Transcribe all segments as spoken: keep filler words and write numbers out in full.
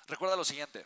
Recuerda lo siguiente.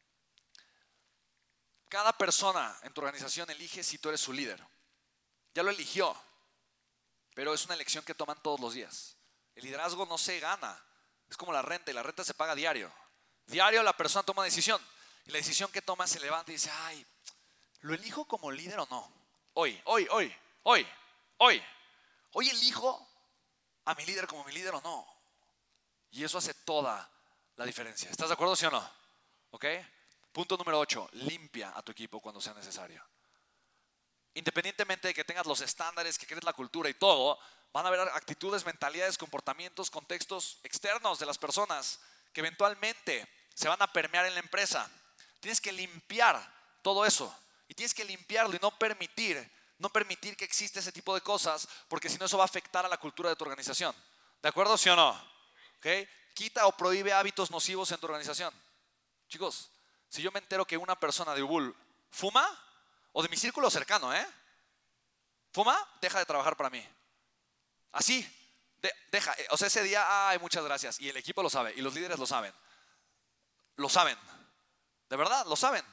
Cada persona en tu organización elige si tú eres su líder. Ya lo eligió, pero es una elección que toman todos los días. El liderazgo no se gana. Es como la renta, y la renta se paga diario. Diario la persona toma una decisión. Y la decisión que toma se levanta y dice, ay, ¿lo elijo como líder o no? Hoy, hoy, hoy, hoy, hoy. Hoy elijo a mi líder como mi líder o no. Y eso hace toda la diferencia. ¿Estás de acuerdo, sí o no? ¿Ok? Punto número ocho. Limpia a tu equipo cuando sea necesario. Independientemente de que tengas los estándares, que crees la cultura y todo, van a haber actitudes, mentalidades, comportamientos, contextos externos de las personas que eventualmente se van a permear en la empresa. Tienes que limpiar todo eso. Y tienes que limpiarlo y no permitir, no permitir que exista ese tipo de cosas, porque si no eso va a afectar a la cultura de tu organización. ¿De acuerdo, sí o no? ¿Okay? Quita o prohíbe hábitos nocivos en tu organización. Chicos, si yo me entero que una persona de Ubul fuma, o de mi círculo cercano, ¿eh? Fuma, deja de trabajar para mí. Así, de, deja. O sea, ese día, ay, muchas gracias. Y el equipo lo sabe, y los líderes lo saben. Lo saben. De verdad, lo saben.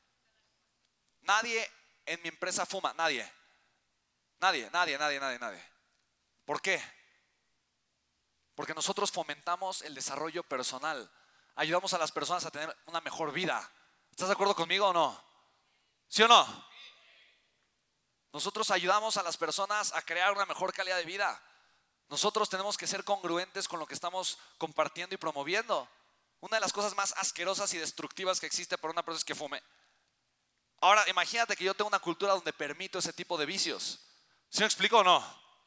Nadie en mi empresa fuma, nadie. Nadie, nadie, nadie, nadie, nadie. ¿Por qué? Porque nosotros fomentamos el desarrollo personal. Ayudamos a las personas a tener una mejor vida. ¿Estás de acuerdo conmigo o no? ¿Sí o no? Nosotros ayudamos a las personas a crear una mejor calidad de vida. Nosotros tenemos que ser congruentes con lo que estamos compartiendo y promoviendo. Una de las cosas más asquerosas y destructivas que existe para una persona es que fume. Ahora, imagínate que yo tengo una cultura donde permito ese tipo de vicios. ¿Sí me explico o no?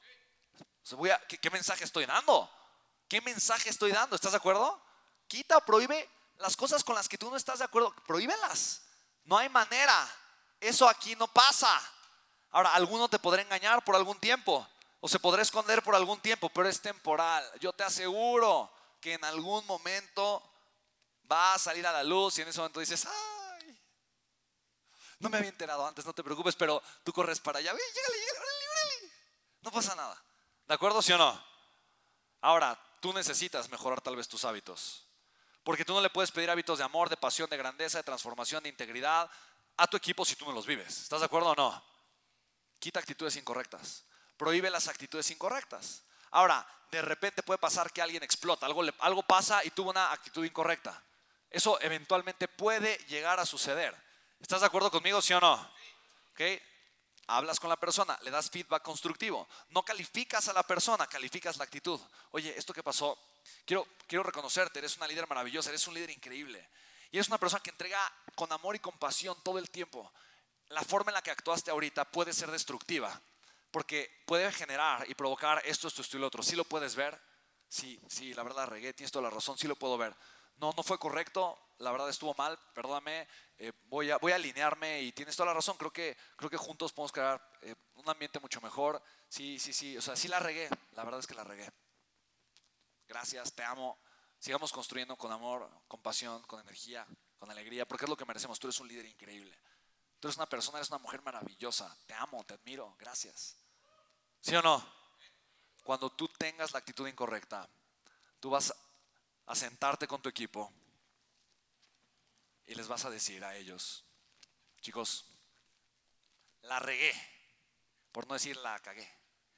O sea, voy a, ¿qué, ¿Qué mensaje estoy dando? ¿Qué mensaje estoy dando? ¿Estás de acuerdo? Quita o prohíbe las cosas con las que tú no estás de acuerdo. Prohíbelas. No hay manera. Eso aquí no pasa. Ahora, alguno te podrá engañar por algún tiempo o se podrá esconder por algún tiempo, pero es temporal. Yo te aseguro que en algún momento va a salir a la luz y en ese momento dices, ay, no me había enterado antes, no te preocupes, pero tú corres para allá, llégale, llégale, órale, órale. No pasa nada. ¿De acuerdo, sí o no? Ahora, tú necesitas mejorar tal vez tus hábitos, porque tú no le puedes pedir hábitos de amor, de pasión, de grandeza, de transformación, de integridad a tu equipo si tú no los vives. ¿Estás de acuerdo o no? Quita actitudes incorrectas. Prohíbe las actitudes incorrectas. Ahora, de repente puede pasar que alguien explota, algo, le, algo pasa y tuvo una actitud incorrecta. Eso eventualmente puede llegar a suceder. ¿Estás de acuerdo conmigo, sí o no? ¿Okay? Hablas con la persona, le das feedback constructivo. No calificas a la persona, calificas la actitud. Oye, esto que pasó, quiero, quiero reconocerte, eres una líder maravillosa, eres un líder increíble. Y eres una persona que entrega con amor y compasión todo el tiempo. La forma en la que actuaste ahorita puede ser destructiva, porque puede generar y provocar esto, esto, esto y lo otro. ¿Sí lo puedes ver? Sí, sí, la verdad regué, tienes toda la razón, sí lo puedo ver. No, no fue correcto, la verdad estuvo mal, perdóname, eh, voy, a, voy a alinearme y tienes toda la razón. Creo que, creo que juntos podemos crear eh, un ambiente mucho mejor. Sí, sí, sí, o sea, sí la regué, la verdad es que la regué. Gracias, te amo. Sigamos construyendo con amor, con pasión, con energía, con alegría, porque es lo que merecemos. Tú eres un líder increíble. Tú eres una persona, eres una mujer maravillosa. Te amo, te admiro, gracias. ¿Sí o no? Cuando tú tengas la actitud incorrecta, tú vas a sentarte con tu equipo y les vas a decir a ellos, chicos, la regué, por no decir la cagué.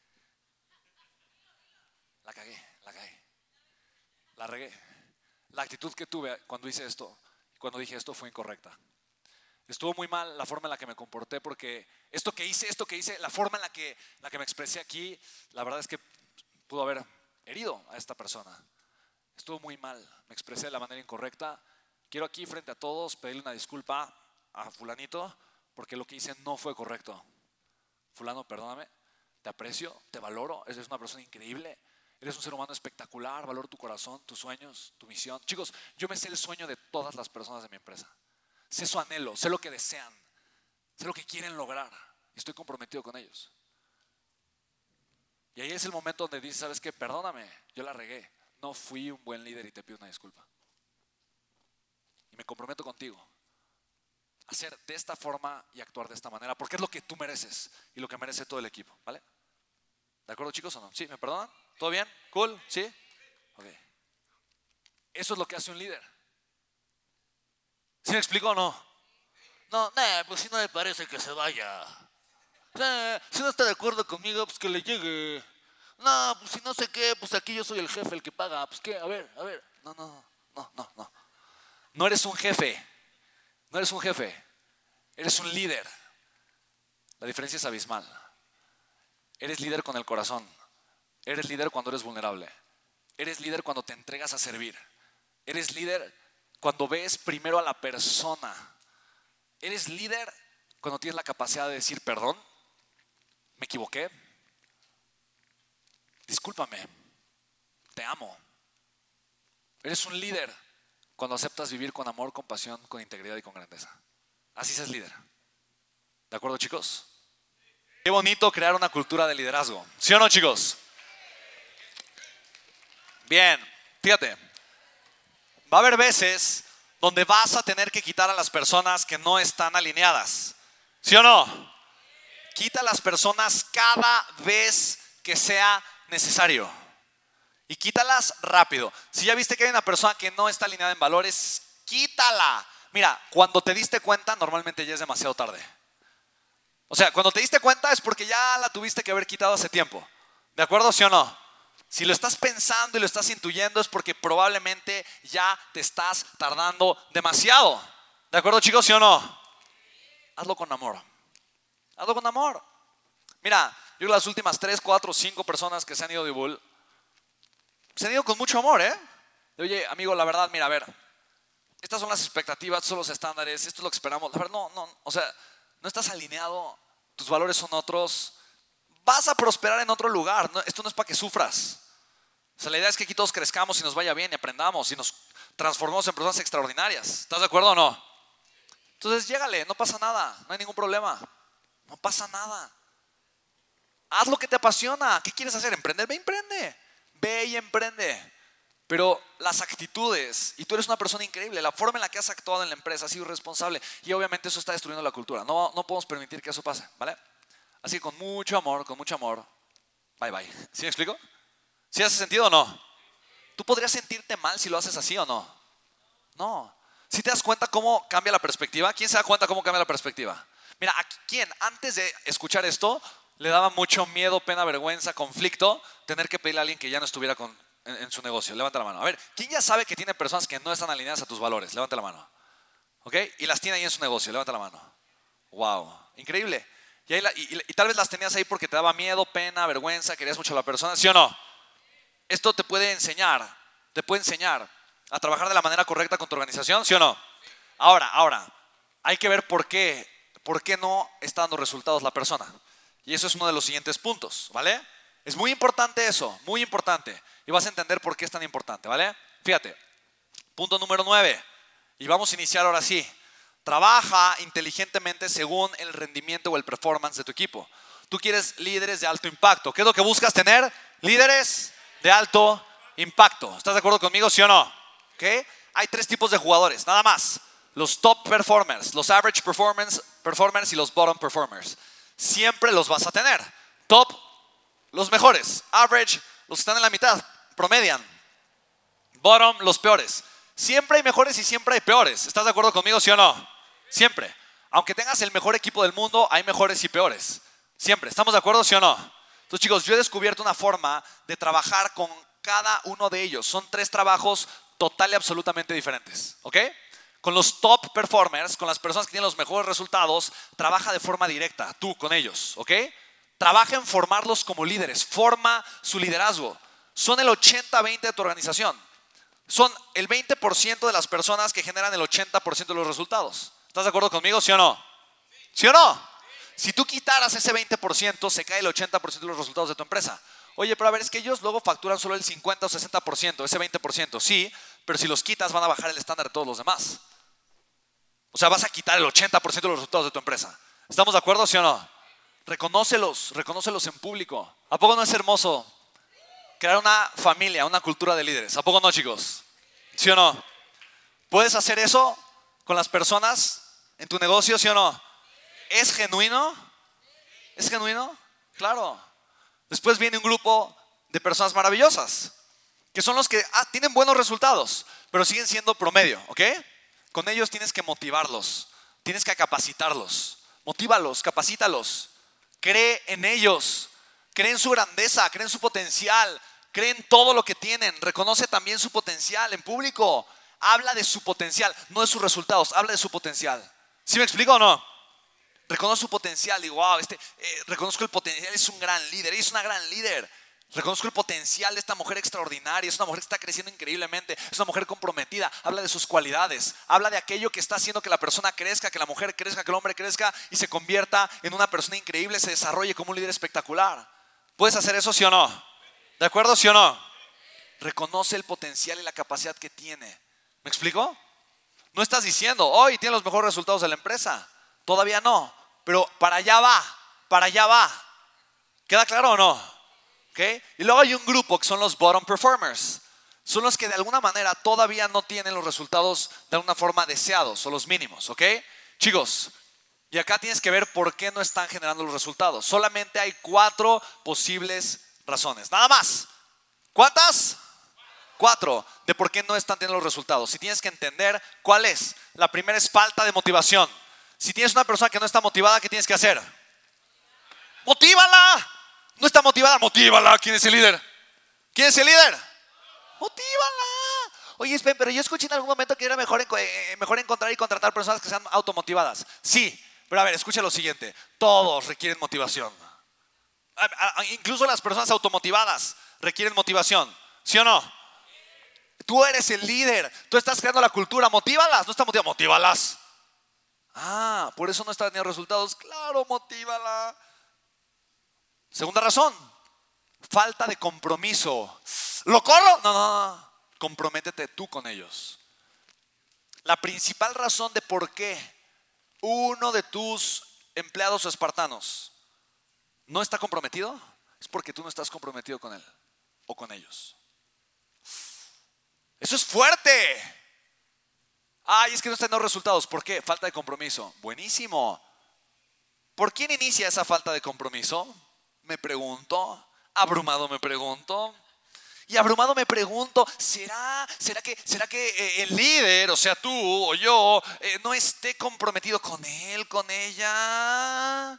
La cagué, la cagué. La regué. La actitud que tuve cuando hice esto, cuando dije esto fue incorrecta. Estuvo muy mal la forma en la que me comporté, porque esto que hice, esto que hice, la forma en la que, la que me expresé aquí, la verdad es que pudo haber herido a esta persona. Estuvo muy mal, me expresé de la manera incorrecta. Quiero aquí frente a todos pedirle una disculpa a fulanito, porque lo que hice no fue correcto. Fulano, perdóname, te aprecio, te valoro, eres una persona increíble, eres un ser humano espectacular, valoro tu corazón, tus sueños, tu misión. Chicos, yo me sé el sueño de todas las personas de mi empresa. Sé su anhelo, sé lo que desean, sé lo que quieren lograr y estoy comprometido con ellos. Y ahí es el momento donde dices, ¿sabes qué? Perdóname, yo la regué, no fui un buen líder y te pido una disculpa. Y me comprometo contigo a hacer de esta forma y actuar de esta manera, porque es lo que tú mereces y lo que merece todo el equipo, ¿vale? ¿De acuerdo, chicos, o no? ¿Sí? ¿Me perdonan? ¿Todo bien? ¿Cool? ¿Sí? Ok. Eso es lo que hace un líder. ¿Sí me explico o no? No, nah, pues si no le parece que se vaya. Nah, si no está de acuerdo conmigo, pues que le llegue. No, pues si no sé qué, pues aquí yo soy el jefe, el que paga. Pues qué, a ver, a ver. No, no, no, no, no. No eres un jefe. No eres un jefe. Eres un líder. La diferencia es abismal. Eres líder con el corazón. Eres líder cuando eres vulnerable. Eres líder cuando te entregas a servir. Eres líder cuando ves primero a la persona. Eres líder cuando tienes la capacidad de decir perdón, me equivoqué, discúlpame, te amo. Eres un líder cuando aceptas vivir con amor, con pasión, con integridad y con grandeza. Así se es líder. ¿De acuerdo, chicos? Qué bonito crear una cultura de liderazgo. ¿Sí o no, chicos? Bien, fíjate. Va a haber veces donde vas a tener que quitar a las personas que no están alineadas. ¿Sí o no? Quita a las personas cada vez que sea necesario. Y quítalas rápido. Si ya viste que hay una persona que no está alineada en valores, quítala. Mira, cuando te diste cuenta, normalmente ya es demasiado tarde. O sea, cuando te diste cuenta es porque ya la tuviste que haber quitado hace tiempo. ¿De acuerdo, sí o no? Si lo estás pensando y lo estás intuyendo es porque probablemente ya te estás tardando demasiado. ¿De acuerdo, chicos, sí o no? Hazlo con amor. Hazlo con amor. Mira, yo creo que las últimas tres, cuatro, cinco personas que se han ido de Bull se han ido con mucho amor, ¿eh? Oye, amigo, la verdad, mira, a ver, estas son las expectativas, estos son los estándares, esto es lo que esperamos. La verdad, no, no, o sea, no estás alineado, tus valores son otros. Vas a prosperar en otro lugar, ¿no? Esto no es para que sufras. O sea, la idea es que aquí todos crezcamos y nos vaya bien y aprendamos y nos transformemos en personas extraordinarias. ¿Estás de acuerdo o no? Entonces, llégale, no pasa nada, no hay ningún problema. No pasa nada. Haz lo que te apasiona. ¿Qué quieres hacer? ¿Emprender? Ve, emprende. Ve y emprende. Pero las actitudes, y tú eres una persona increíble, la forma en la que has actuado en la empresa ha sido responsable y obviamente eso está destruyendo la cultura. No, no podemos permitir que eso pase, ¿vale? Así que con mucho amor, con mucho amor, bye bye. ¿Sí me explico? ¿Sí hace sentido o no? ¿Tú podrías sentirte mal si lo haces así o no? No. ¿Sí te das cuenta cómo cambia la perspectiva? ¿Quién se da cuenta cómo cambia la perspectiva? Mira, ¿a quién antes de escuchar esto le daba mucho miedo, pena, vergüenza, conflicto tener que pedirle a alguien que ya no estuviera con, en, en su negocio? Levanta la mano. A ver, ¿quién ya sabe que tiene personas que no están alineadas a tus valores? Levanta la mano. ¿Ok? Y las tiene ahí en su negocio. Levanta la mano. Wow, increíble. Y, ahí la, y, y, y tal vez las tenías ahí porque te daba miedo, pena, vergüenza, querías mucho a la persona. ¿Sí o no? Esto te puede enseñar, te puede enseñar a trabajar de la manera correcta con tu organización. ¿Sí o no? Ahora, ahora, hay que ver por qué, por qué no está dando resultados la persona. Y eso es uno de los siguientes puntos, ¿vale? Es muy importante eso, muy importante. Y vas a entender por qué es tan importante, ¿vale? Fíjate, punto número nueve. Y vamos a iniciar ahora sí. Trabaja inteligentemente según el rendimiento o el performance de tu equipo. Tú quieres líderes de alto impacto. ¿Qué es lo que buscas tener? Líderes de alto impacto. ¿Estás de acuerdo conmigo, sí o no? ¿Okay? Hay tres tipos de jugadores, nada más. Los top performers, los average performance, performers y los bottom performers. Siempre los vas a tener. Top, los mejores. Average, los que están en la mitad, promedian. Bottom, los peores. Siempre hay mejores y siempre hay peores. ¿Estás de acuerdo conmigo, sí o no? Siempre. Aunque tengas el mejor equipo del mundo, hay mejores y peores. Siempre. ¿Estamos de acuerdo, sí o no? Entonces, chicos, yo he descubierto una forma de trabajar con cada uno de ellos. Son tres trabajos total y absolutamente diferentes. ¿Ok? Con los top performers, con las personas que tienen los mejores resultados, trabaja de forma directa, tú con ellos. ¿Ok? Trabaja en formarlos como líderes. Forma su liderazgo. Son el ochenta veinte de tu organización. Son el veinte por ciento de las personas que generan el ochenta por ciento de los resultados. ¿Estás de acuerdo conmigo, sí o no? ¿Sí o no? Si tú quitaras ese veinte por ciento, se cae el ochenta por ciento de los resultados de tu empresa. Oye, pero a ver, es que ellos luego facturan solo el cincuenta o sesenta por ciento, ese veinte por ciento, sí, pero si los quitas van a bajar el estándar de todos los demás. O sea, vas a quitar el ochenta por ciento de los resultados de tu empresa. ¿Estamos de acuerdo, sí o no? Reconócelos, reconócelos en público. ¿A poco no es hermoso crear una familia, una cultura de líderes? ¿A poco no, chicos? ¿Sí o no? ¿Puedes hacer eso con las personas en tu negocio, sí o no? ¿Es genuino? ¿Es genuino? Claro. Después viene un grupo de personas maravillosas, que son los que ah, tienen buenos resultados, pero siguen siendo promedio, ¿ok? Con ellos tienes que motivarlos, tienes que capacitarlos. Motívalos, capacítalos. Cree en ellos, cree en su grandeza, cree en su potencial, cree en todo lo que tienen. Reconoce también su potencial en público. Habla de su potencial, no de sus resultados, habla de su potencial. ¿Sí me explico o no? Reconozco su potencial, digo, wow, este, eh, reconozco el potencial, es un gran líder, ella es una gran líder. Reconozco el potencial de esta mujer extraordinaria, es una mujer que está creciendo increíblemente, es una mujer comprometida, habla de sus cualidades, habla de aquello que está haciendo que la persona crezca, que la mujer crezca, que el hombre crezca y se convierta en una persona increíble, se desarrolle como un líder espectacular. ¿Puedes hacer eso, sí o no? ¿De acuerdo, sí o no? Reconoce el potencial y la capacidad que tiene. ¿Me explico? No estás diciendo, hoy tiene los mejores resultados de la empresa. Todavía no, pero para allá va, para allá va. ¿Queda claro o no? ¿Okay? Y luego hay un grupo que son los bottom performers. Son los que de alguna manera todavía no tienen los resultados de alguna forma deseados o los mínimos, ¿ok? Chicos, y acá tienes que ver por qué no están generando los resultados. Solamente hay cuatro posibles razones, nada más. ¿Cuántas? Cuatro de por qué no están teniendo los resultados. Si tienes que entender cuál es. La primera es falta de motivación. Si tienes una persona que no está motivada, ¿qué tienes que hacer? ¡Motívala! No está motivada, motívala. ¿Quién es el líder? ¿Quién es el líder? Motívala. Oye, Spen, pero yo escuché en algún momento que era mejor, eh, mejor encontrar y contratar personas que sean automotivadas. Sí, pero a ver, escucha lo siguiente. Todos requieren motivación. A, a, incluso las personas automotivadas requieren motivación. ¿Sí o no? Tú eres el líder. Tú estás creando la cultura. Motívalas. No está motivada. Motívalas. Ah, por eso no está teniendo resultados. Claro, motívala. Segunda razón, falta de compromiso. ¿Lo corro? No, no, no. Comprométete tú con ellos. La principal razón de por qué uno de tus empleados o espartanos no está comprometido es porque tú no estás comprometido con él o con ellos. Eso es fuerte. Ay, es que no están dando resultados. ¿Por qué? Falta de compromiso. Buenísimo. ¿Por quién inicia esa falta de compromiso? Me pregunto, abrumado me pregunto. Y abrumado me pregunto, ¿será, será que, será que eh, el líder, o sea tú o yo, eh, no esté comprometido con él, con ella?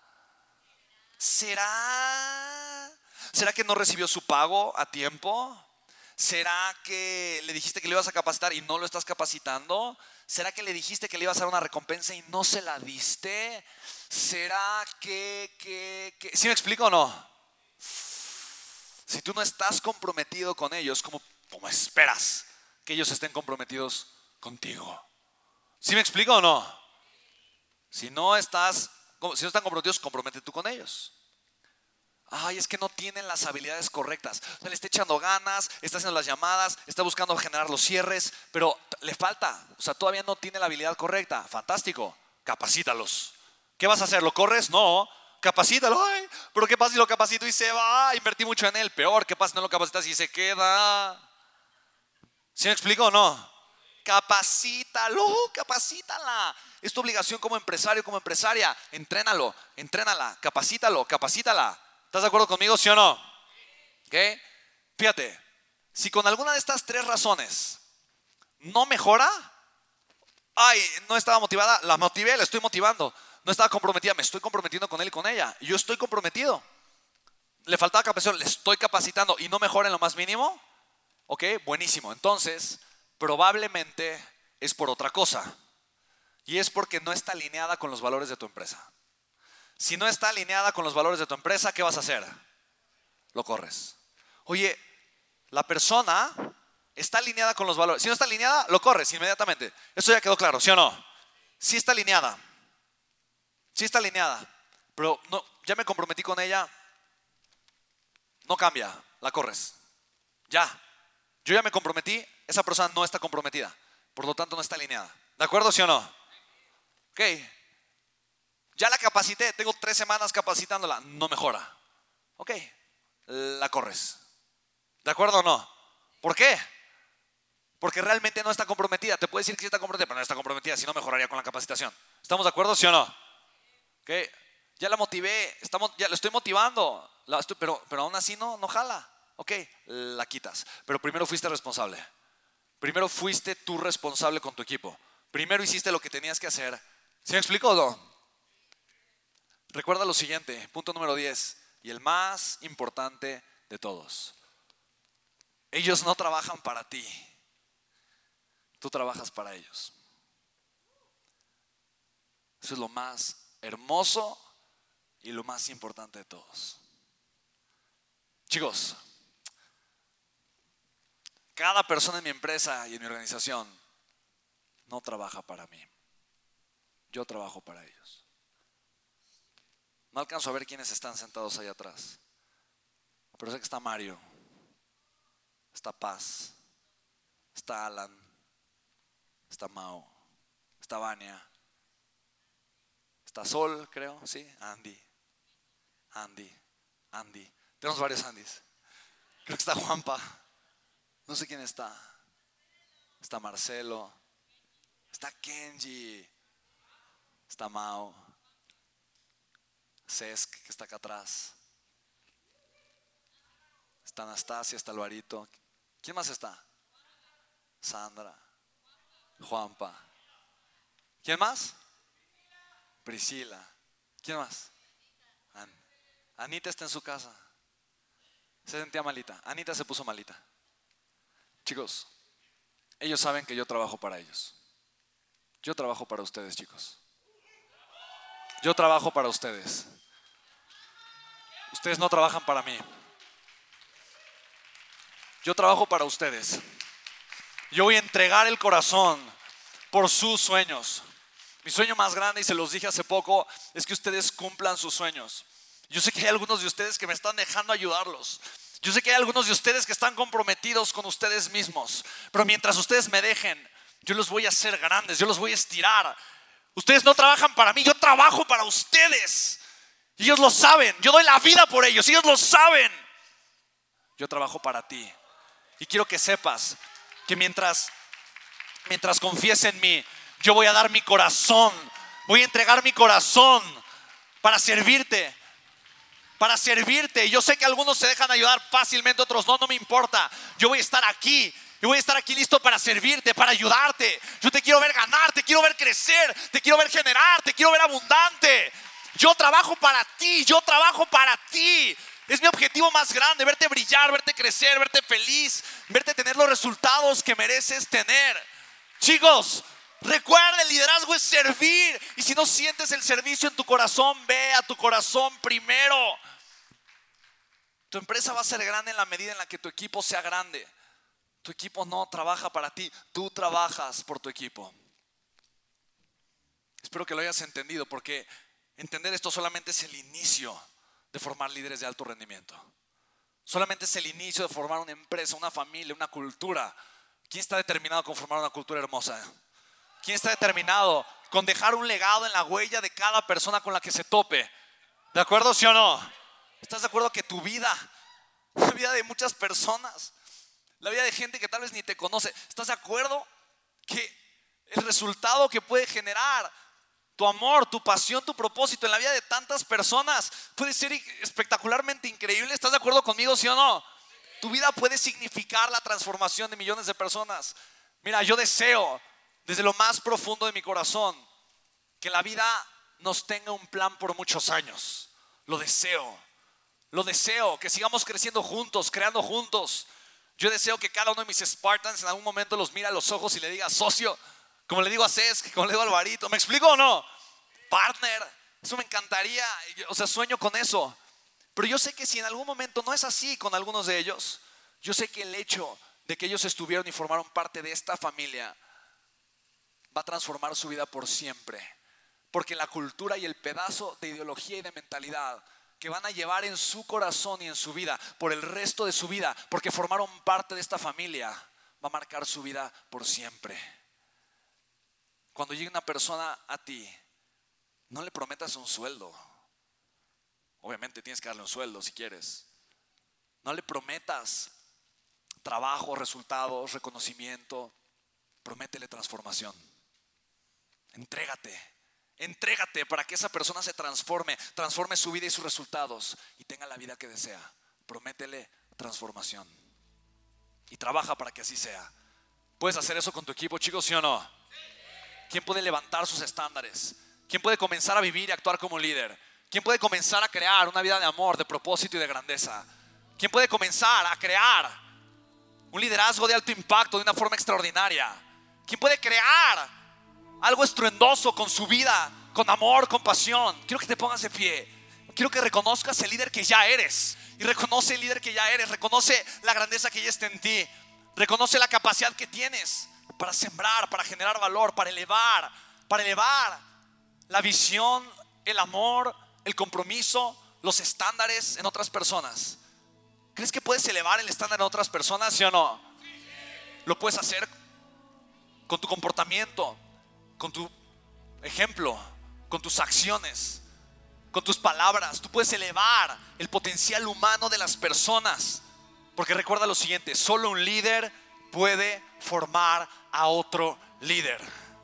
¿Será? ¿Será que no recibió su pago a tiempo? ¿Será que le dijiste que le ibas a capacitar y no lo estás capacitando? ¿Será que le dijiste que le ibas a dar una recompensa y no se la diste? ¿Será que, que, que... ¿Sí me explico o no? Si tú no estás comprometido con ellos, ¿cómo, cómo esperas que ellos estén comprometidos contigo? ¿Sí me explico o no? Si no estás, si no están comprometidos, comprométete tú con ellos. Ay, es que no tienen las habilidades correctas. O sea, le está echando ganas, está haciendo las llamadas, está buscando generar los cierres, pero le falta. O sea, todavía no tiene la habilidad correcta. Fantástico. Capacítalos. ¿Qué vas a hacer? ¿Lo corres? No. Capacítalo. Ay, pero ¿qué pasa si lo capacito y se va? Invertí mucho en él. Peor, ¿qué pasa si no lo capacitas y se queda? ¿Sí me explico o no? Capacítalo, capacítala. Es tu obligación como empresario, como empresaria. Entrénalo, entrénala, capacítalo, capacítala. ¿Estás de acuerdo conmigo, sí o no? ¿Okay? Fíjate, si con alguna de estas tres razones no mejora, ay, no estaba motivada, la motivé, la estoy motivando. No estaba comprometida, me estoy comprometiendo con él y con ella. Yo estoy comprometido. Le faltaba capacitación, le estoy capacitando y no mejora en lo más mínimo. Ok, buenísimo. Entonces, probablemente es por otra cosa. Y es porque no está alineada con los valores de tu empresa. Si no está alineada con los valores de tu empresa, ¿qué vas a hacer? Lo corres. Oye, la persona está alineada con los valores. Si no está alineada, lo corres inmediatamente. Eso ya quedó claro, ¿sí o no? Sí está alineada. Sí está alineada. Pero no, ya me comprometí con ella. No cambia, la corres. Ya. Yo ya me comprometí, esa persona no está comprometida. Por lo tanto, no está alineada. ¿De acuerdo, sí o no? Ok. Ya la capacité, tengo tres semanas capacitándola, no mejora. Ok, la corres. ¿De acuerdo o no? ¿Por qué? Porque realmente no está comprometida. Te puede decir que sí está comprometida, pero no está comprometida, si no mejoraría con la capacitación. ¿Estamos de acuerdo, sí o no? Ok, ya la motivé, estamos, ya la estoy motivando, la estoy, pero, pero aún así no, no jala. Ok, la quitas. Pero primero fuiste responsable. Primero fuiste tú responsable con tu equipo. Primero hiciste lo que tenías que hacer. ¿Sí me explico o no? Recuerda lo siguiente, punto número diez, y el más importante de todos. Ellos no trabajan para ti, tú trabajas para ellos. Eso es lo más hermoso y lo más importante de todos. Chicos, cada persona en mi empresa y en mi organización no trabaja para mí. Yo trabajo para ellos. No alcanzo a ver quiénes están sentados allá atrás, pero sé que está Mario, está Paz, está Alan, está Mao, está Vania, está Sol, creo, sí, Andy, Andy, Andy. Tenemos varios Andys. Creo que está Juanpa, no sé quién está. Está Marcelo, está Kenji, está Mao, Cesc, que está acá atrás. Está Anastasia, está Alvarito. ¿Quién más está? Sandra, Juanpa. ¿Quién más? Priscila. ¿Quién más? An Anita está en su casa. Se sentía malita. Anita se puso malita. Chicos, ellos saben que yo trabajo para ellos. Yo trabajo para ustedes, chicos. Yo trabajo para ustedes. Ustedes no trabajan para mí. Yo trabajo para ustedes. Yo voy a entregar el corazón por sus sueños. Mi sueño más grande, y se los dije hace poco, es que ustedes cumplan sus sueños. Yo sé que hay algunos de ustedes que me están dejando ayudarlos. Yo sé que hay algunos de ustedes que están comprometidos con ustedes mismos. Pero mientras ustedes me dejen, yo los voy a hacer grandes, yo los voy a estirar. Ustedes no trabajan para mí, yo trabajo para ustedes. Y ellos lo saben, yo doy la vida por ellos, ellos lo saben. Yo trabajo para ti. Y quiero que sepas que mientras, mientras confíes en mí, yo voy a dar mi corazón. Voy a entregar mi corazón para servirte. Para servirte. Yo sé que algunos se dejan ayudar fácilmente, otros no, no me importa. Yo voy a estar aquí. Yo voy a estar aquí listo para servirte, para ayudarte. Yo te quiero ver ganar, te quiero ver crecer, te quiero ver generar, te quiero ver abundante. Yo trabajo para ti, yo trabajo para ti. Es mi objetivo más grande, verte brillar, verte crecer, verte feliz, verte tener los resultados que mereces tener. Chicos, recuerda, el liderazgo es servir. Y si no sientes el servicio en tu corazón, ve a tu corazón primero. Tu empresa va a ser grande en la medida en la que tu equipo sea grande. Tu equipo no trabaja para ti, tú trabajas por tu equipo. Espero que lo hayas entendido, porque entender esto solamente es el inicio de formar líderes de alto rendimiento. Solamente es el inicio de formar una empresa, una familia, una cultura. ¿Quién está determinado con formar una cultura hermosa? ¿Quién está determinado con dejar un legado en la huella de cada persona con la que se tope? ¿De acuerdo, sí o no? ¿Estás de acuerdo que tu vida, la vida de muchas personas, la vida de gente que tal vez ni te conoce, ¿estás de acuerdo que el resultado que puede generar tu amor, tu pasión, tu propósito en la vida de tantas personas puede ser espectacularmente increíble? ¿Estás de acuerdo conmigo, sí o no? Tu vida puede significar la transformación de millones de personas. Mira, yo deseo desde lo más profundo de mi corazón que la vida nos tenga un plan por muchos años. Lo deseo, lo deseo, que sigamos creciendo juntos, creando juntos. Yo deseo que cada uno de mis Spartans en algún momento los mire a los ojos y le diga: socio, como le digo a Cesc, como le digo a Alvarito. ¿Me explico o no? Partner, eso me encantaría. O sea, sueño con eso. Pero yo sé que si en algún momento no es así con algunos de ellos, yo sé que el hecho de que ellos estuvieron y formaron parte de esta familia va a transformar su vida por siempre. Porque la cultura y el pedazo de ideología y de mentalidad que van a llevar en su corazón y en su vida por el resto de su vida, porque formaron parte de esta familia, va a marcar su vida por siempre. Cuando llegue una persona a ti, no le prometas un sueldo. Obviamente tienes que darle un sueldo si quieres. No le prometas trabajo, resultados, reconocimiento. Prométele transformación. Entrégate. Entrégate para que esa persona se transforme, transforme su vida y sus resultados y tenga la vida que desea. Prométele transformación y trabaja para que así sea. ¿Puedes hacer eso con tu equipo, chicos, sí o no? ¿Quién puede levantar sus estándares? ¿Quién puede comenzar a vivir y actuar como líder? ¿Quién puede comenzar a crear una vida de amor, de propósito y de grandeza? ¿Quién puede comenzar a crear un liderazgo de alto impacto de una forma extraordinaria? ¿Quién puede crear algo estruendoso con su vida, con amor, con pasión? Quiero que te pongas de pie. Quiero que reconozcas el líder que ya eres. Y reconoce el líder que ya eres. Reconoce la grandeza que ya está en ti. Reconoce la capacidad que tienes para sembrar, para generar valor, para elevar, para elevar la visión, el amor, el compromiso, los estándares en otras personas. ¿Crees que puedes elevar el estándar en otras personas, sí o no? Lo puedes hacer con tu comportamiento, con tu ejemplo, con tus acciones, con tus palabras. Tú puedes elevar el potencial humano de las personas. Porque recuerda lo siguiente: solo un líder puede formar a otro líder.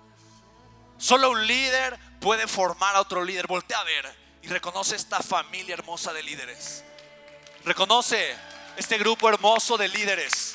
Solo un líder puede formar a otro líder. Voltea a ver y reconoce esta familia hermosa de líderes. Reconoce este grupo hermoso de líderes.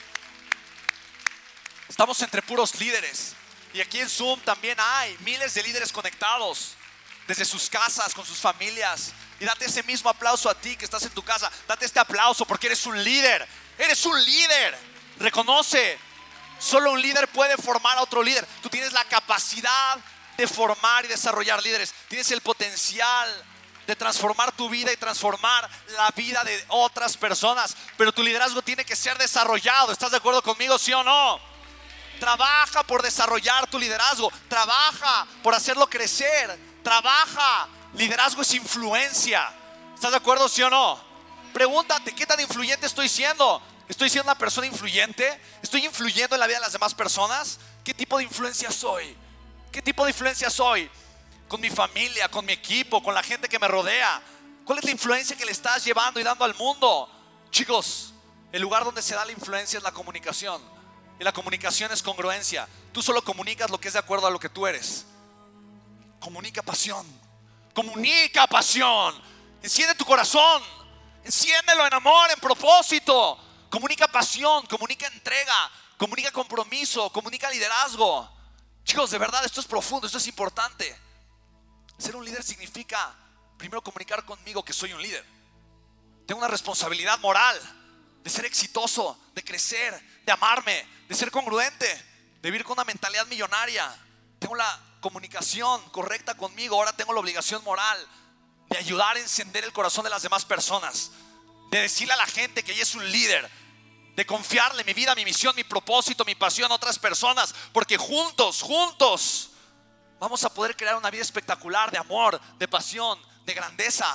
Estamos entre puros líderes. Y aquí en Zoom también hay miles de líderes conectados desde sus casas, con sus familias. Y date ese mismo aplauso a ti que estás en tu casa. Date este aplauso porque eres un líder. Eres un líder. Reconoce, solo un líder puede formar a otro líder. Tú tienes la capacidad de formar y desarrollar líderes. Tienes el potencial de transformar tu vida y transformar la vida de otras personas. Pero tu liderazgo tiene que ser desarrollado. ¿Estás de acuerdo conmigo, sí o no? Trabaja por desarrollar tu liderazgo. Trabaja por hacerlo crecer. Trabaja. Liderazgo es influencia. ¿Estás de acuerdo, sí o no? Pregúntate, ¿qué tan influyente estoy siendo? ¿Estoy siendo una persona influyente? ¿Estoy influyendo en la vida de las demás personas? ¿Qué tipo de influencia soy? ¿Qué tipo de influencia soy? Con mi familia, con mi equipo, con la gente que me rodea. ¿Cuál es la influencia que le estás llevando y dando al mundo? Chicos, el lugar donde se da la influencia es la comunicación. Y la comunicación es congruencia. Tú solo comunicas lo que es de acuerdo a lo que tú eres. Comunica pasión. Comunica pasión. Enciende tu corazón. Enciéndelo en amor, en propósito. Comunica pasión, comunica entrega, comunica compromiso, comunica liderazgo. Chicos, de verdad, esto es profundo, esto es importante. Ser un líder significa primero comunicar conmigo que soy un líder. Tengo una responsabilidad moral de ser exitoso, de crecer, de amarme, de ser congruente, de vivir con una mentalidad millonaria. Tengo la comunicación correcta conmigo. Ahora tengo la obligación moral de ayudar a encender el corazón de las demás personas, de decirle a la gente que ella es un líder, de confiarle mi vida, mi misión, mi propósito, mi pasión a otras personas. Porque juntos, juntos vamos a poder crear una vida espectacular de amor, de pasión, de grandeza.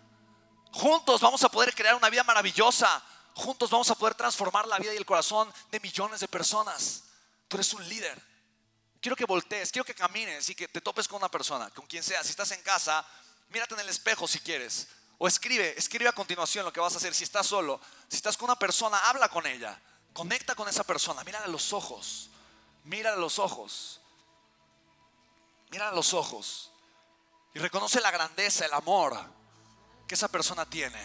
Juntos vamos a poder crear una vida maravillosa. Juntos vamos a poder transformar la vida y el corazón de millones de personas. Tú eres un líder. Quiero que voltees, quiero que camines y que te topes con una persona, con quien sea. Si estás en casa, mírate en el espejo si quieres. O escribe, escribe a continuación lo que vas a hacer. Si estás solo, si estás con una persona, habla con ella. Conecta con esa persona, mírala a los ojos. Mírala a los ojos. Mírala a los ojos. Y reconoce la grandeza, el amor que esa persona tiene.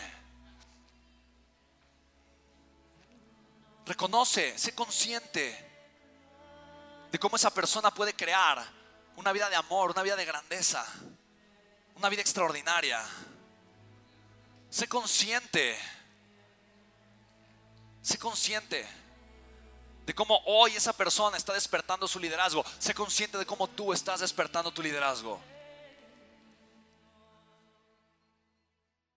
Reconoce, sé consciente de cómo esa persona puede crear una vida de amor, una vida de grandeza, una vida extraordinaria. Sé consciente, sé consciente de cómo hoy esa persona está despertando su liderazgo. Sé consciente de cómo tú estás despertando tu liderazgo.